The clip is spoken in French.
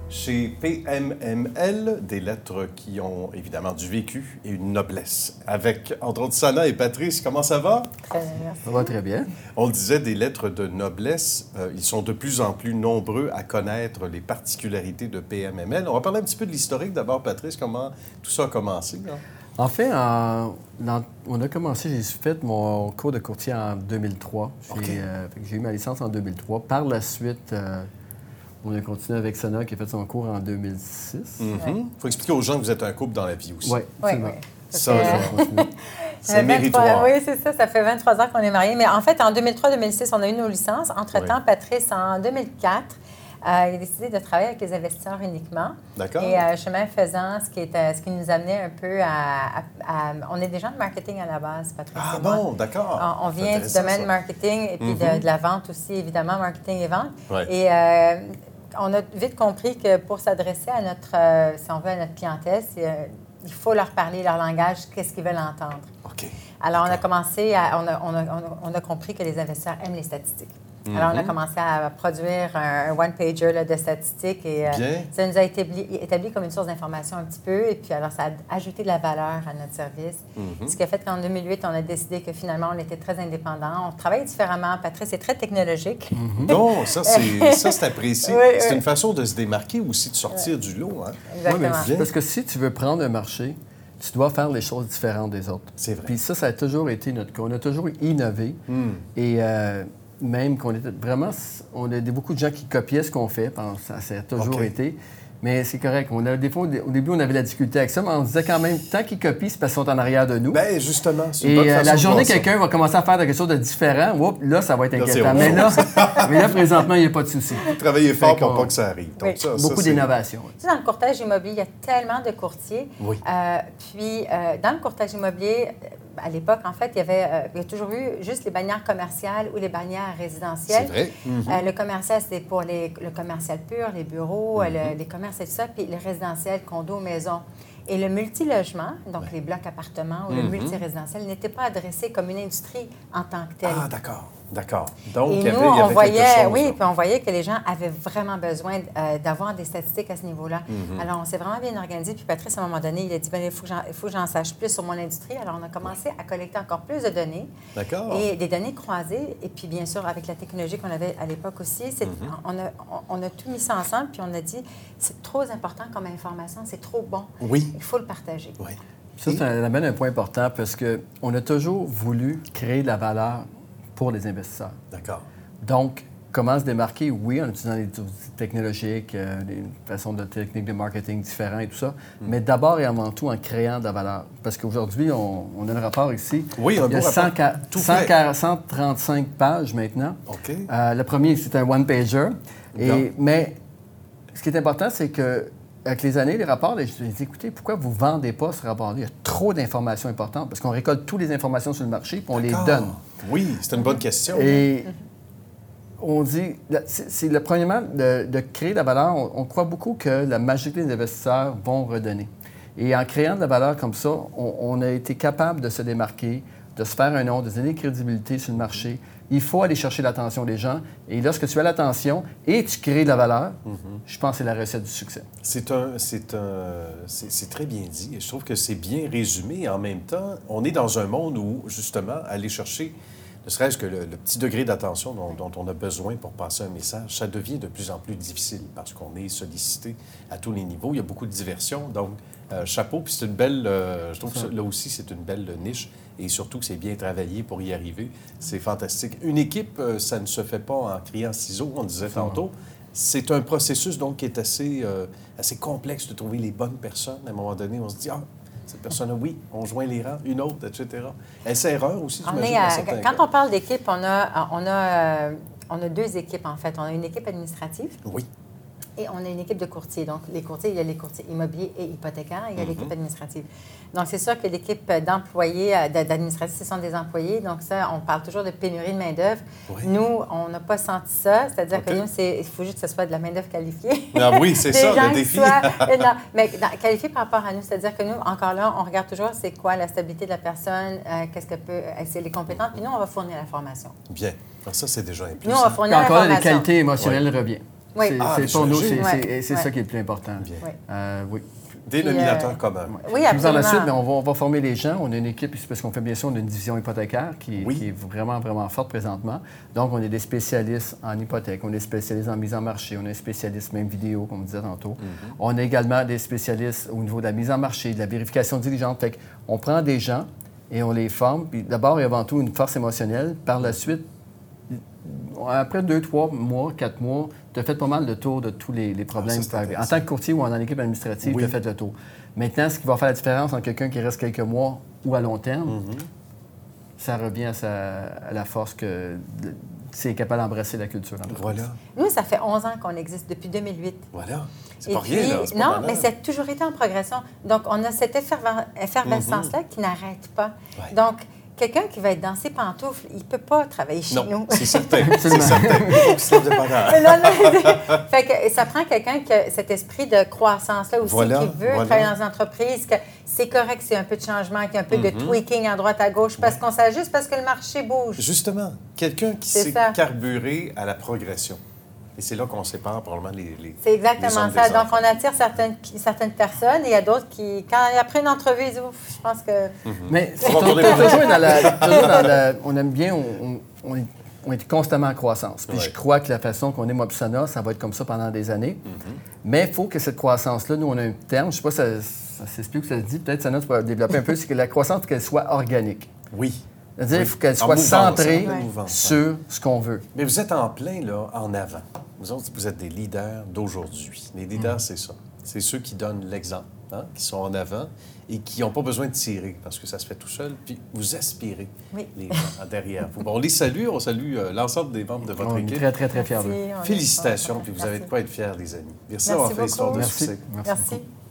Chez PMML, des lettres qui ont évidemment du vécu et une noblesse. Avec, entre autres, Sana et Patrice. Comment ça va? Très bien, merci. Ça va très bien. On le disait, des lettres de noblesse. Ils sont de plus en plus nombreux à connaître les particularités de PMML. On va parler un petit peu de l'historique. D'abord, Patrice, comment tout ça a commencé? Là? En fait, on a commencé, j'ai fait mon cours de courtier en 2003. J'ai eu ma licence en 2003. Par la suite, on a continué avec Sana qui a fait son cours en 2006. Il faut expliquer aux gens que vous êtes un couple dans la vie aussi. Oui, Oui, absolument. oui. Ça, c'est 23 méritoire. Oui, c'est ça. Ça fait 23 ans qu'on est mariés. Mais en fait, en 2003-2006, on a eu nos licences. Entre-temps, Oui. Patrice, en 2004, il a décidé de travailler avec les investisseurs uniquement. D'accord. Et chemin faisant, ce qui nous amenait un peu on est des gens de marketing à la base, Patrice Ah et moi. bon, d'accord. On vient du domaine marketing et puis de la vente aussi, évidemment, marketing et vente. Ouais. Et on a vite compris que pour s'adresser à notre, si on veut, à notre clientèle, il faut leur parler leur langage, qu'est-ce qu'ils veulent entendre. OK. Alors, on a commencé on a compris que les investisseurs aiment les statistiques. Alors, on a commencé à produire un one-pager là, de statistiques et ça nous a établi comme une source d'information un petit peu. Et puis, alors, ça a ajouté de la valeur à notre service. Ce qui a fait qu'en 2008, on a décidé que finalement, on était très indépendants. On travaille différemment. Patrice est très technologique. Non, ça, c'est apprécié. Oui, c'est oui. une façon de se démarquer aussi, de sortir du lot. Hein? Exactement. Ouais, mais parce que si tu veux prendre un marché, tu dois faire les choses différentes des autres. C'est vrai. Puis ça a toujours été notre cas. On a toujours innové. Et même qu'on était vraiment... On a beaucoup de gens qui copiaient ce qu'on fait. Ça a toujours été. Mais c'est correct. Des fois, au début, on avait de la difficulté avec ça, mais on se disait quand même, tant qu'ils copient, c'est parce qu'ils sont en arrière de nous. Bien, justement, c'est une Et bonne façon la de journée, voir ça. quelqu'un va commencer à faire quelque chose de différent, là, ça va être Là, c'est inquiétant. autre Mais là, présentement, il n'y a pas de souci. Travailler fort Fait pour qu'on- pas que ça arrive. Donc, Oui. Beaucoup d'innovation. Tu sais, dans le courtage immobilier, il y a tellement de courtiers. Oui. Puis, dans le courtage immobilier, à l'époque, en fait, il y a toujours eu juste les bannières commerciales ou les bannières résidentielles. C'est vrai. Le commercial, c'est pour le commercial pur, les bureaux, les commerces et tout ça, puis le résidentiel, condo, maison. Et le multilogement, donc les blocs appartements ou le multirésidentiel, n'était pas adressé comme une industrie en tant que telle. Ah, d'accord. D'accord. Donc, Et il y nous, avait on quelque voyait, chose. oui, là. puis on voyait que les gens avaient vraiment besoin d'avoir des statistiques à ce niveau-là. Alors, on s'est vraiment bien organisé. Puis Patrice, à un moment donné, il a dit, bien, il faut que j'en sache plus sur mon industrie. Alors, on a commencé à collecter encore plus de données. D'accord. Et des données croisées. Et puis, bien sûr, avec la technologie qu'on avait à l'époque aussi, on a tout mis ça ensemble. Puis on a dit, c'est trop important comme information, c'est trop bon. Oui. Il faut le partager. Oui. Ça amène un point important parce qu'on a toujours voulu créer de la valeur pour les investisseurs. D'accord. Donc, comment se démarquer? Oui, en utilisant des outils technologiques, des façons de techniques de marketing différentes et tout ça, mais d'abord et avant tout en créant de la valeur. Parce qu'aujourd'hui, on a le rapport ici. Oui, un il y a beau rapport. Tout fait. 135 pages maintenant. OK. Le premier, c'est un one-pager. Mais ce qui est important, c'est que avec les années, les rapports, je me dis, écoutez, pourquoi vous ne vendez pas ce rapport-là? Il y a trop d'informations importantes parce qu'on récolte toutes les informations sur le marché puis on les D'accord. donne. Oui, c'est une bonne question. Et on dit, c'est le premièrement de créer de la valeur. On croit beaucoup que la majorité des investisseurs vont redonner. Et en créant de la valeur comme ça, on a été capable de se démarquer, de se faire un nom, de donner crédibilité sur le marché. Il faut aller chercher l'attention des gens. Et lorsque tu as l'attention et tu crées de la valeur, je pense que c'est la recette du succès. C'est très bien dit. Et je trouve que c'est bien résumé. Et en même temps, on est dans un monde où, justement, aller chercher, ne serait-ce que le petit degré d'attention dont on a besoin pour passer un message, ça devient de plus en plus difficile parce qu'on est sollicité à tous les niveaux. Il y a beaucoup de diversion. Donc, chapeau. Puis c'est une belle... je trouve que là aussi, c'est une belle niche. Et surtout que c'est bien travaillé pour y arriver. C'est fantastique. Une équipe, ça ne se fait pas en criant ciseaux, on disait tantôt. C'est un processus, donc, qui est assez complexe de trouver les bonnes personnes. À un moment donné, on se dit, cette personne-là, oui, on joint les rangs, une autre, etc. Essai-erreur aussi, j'imagine, dans certains Quand cas. on parle d'équipe, on a deux équipes, en fait. On a une équipe administrative. Oui. Et on a une équipe de courtiers. Donc, les courtiers, il y a les courtiers immobiliers et hypothécaires, et il y a l'équipe administrative. Donc, c'est sûr que l'équipe d'employés, d'administratifs, ce sont des employés. Donc, ça, on parle toujours de pénurie de main-d'œuvre. Oui. Nous, on n'a pas senti ça. C'est-à-dire OK. que nous, il faut juste que ce soit de la main-d'œuvre qualifiée. Ah oui, c'est Des ça, gens le qui défi. non, mais qualifiée par rapport à nous. C'est-à-dire que nous, encore là, on regarde toujours c'est quoi la stabilité de la personne, qu'est-ce qu'elle peut, c'est les compétences. Puis nous, on va fournir la formation. Bien. Alors ça, c'est déjà un plus. Nous, on va Puis fournir la encore, formation. les qualités émotionnelles reviennent. Oui. Pour nous, c'est ouais. ça qui est le plus important. Bien. Oui. Dénominateur commun. Oui, absolument. Par la suite, on va former les gens. On a une équipe, parce qu'on fait bien sûr, on a une division hypothécaire qui est vraiment, vraiment forte présentement. Donc, on est des spécialistes en hypothèque, on est des spécialistes en mise en marché, on est des spécialistes même vidéo, comme on disait tantôt. On a également des spécialistes au niveau de la mise en marché, de la vérification diligente. Fait qu'on prend des gens et on les forme. Puis d'abord et avant tout, une force émotionnelle. Par la suite, après 2, 3 mois, 4 mois, tu as fait pas mal le tour de tous les problèmes qui peuvent arriver. En tant que courtier ou en équipe administrative, tu as fait le tour. Maintenant, ce qui va faire la différence entre quelqu'un qui reste quelques mois ou à long terme, ça revient à la force que c'est capable d'embrasser la culture. Voilà. Nous, ça fait 11 ans qu'on existe, depuis 2008. Voilà. C'est pas rien, là. Non, mais ça a toujours été en progression. Donc, on a cette effervescence-là qui n'arrête pas. Ouais. Donc, quelqu'un qui va être dans ses pantoufles, il ne peut pas travailler chez nous. C'est certain. C'est certain. Il faut qu'il se lève de bonheur. Fait que ça prend quelqu'un qui a cet esprit de croissance-là aussi, qui veut travailler dans une entreprise, que c'est correct s'il y a un peu de changement, qu'il y a un peu de tweaking à droite, à gauche, parce qu'on s'ajuste, parce que le marché bouge. Justement, quelqu'un qui sait carburer à la progression. Et c'est là qu'on sépare probablement les C'est exactement ça. Donc, on attire certaines personnes et il y a d'autres qui, après une entrevue, ils disent « je pense que... » Mais on aime bien, on est constamment en croissance. Puis je crois que la façon qu'on est Mopsana, ça va être comme ça pendant des années. Mais il faut que cette croissance-là, nous, on a un terme, je ne sais pas si ça s'explique ou ça se dit, peut-être Sana, tu peux développer un peu, c'est que la croissance, il faut qu'elle soit organique. Oui. C'est-à-dire qu'il faut qu'elle soit centrée sur ce qu'on veut. Mais vous êtes en plein, là, en avant. Vous autres, vous êtes des leaders d'aujourd'hui. Les leaders, c'est ça. C'est ceux qui donnent l'exemple, qui sont en avant et qui n'ont pas besoin de tirer parce que ça se fait tout seul. Puis vous aspirez les gens derrière vous. Bon, on les salue. On salue l'ensemble des membres de votre équipe. On est très, très, très fiers d'eux. Félicitations. Puis vous avez de quoi être fiers, les amis. Merci d'avoir fait l'histoire de succès. Merci.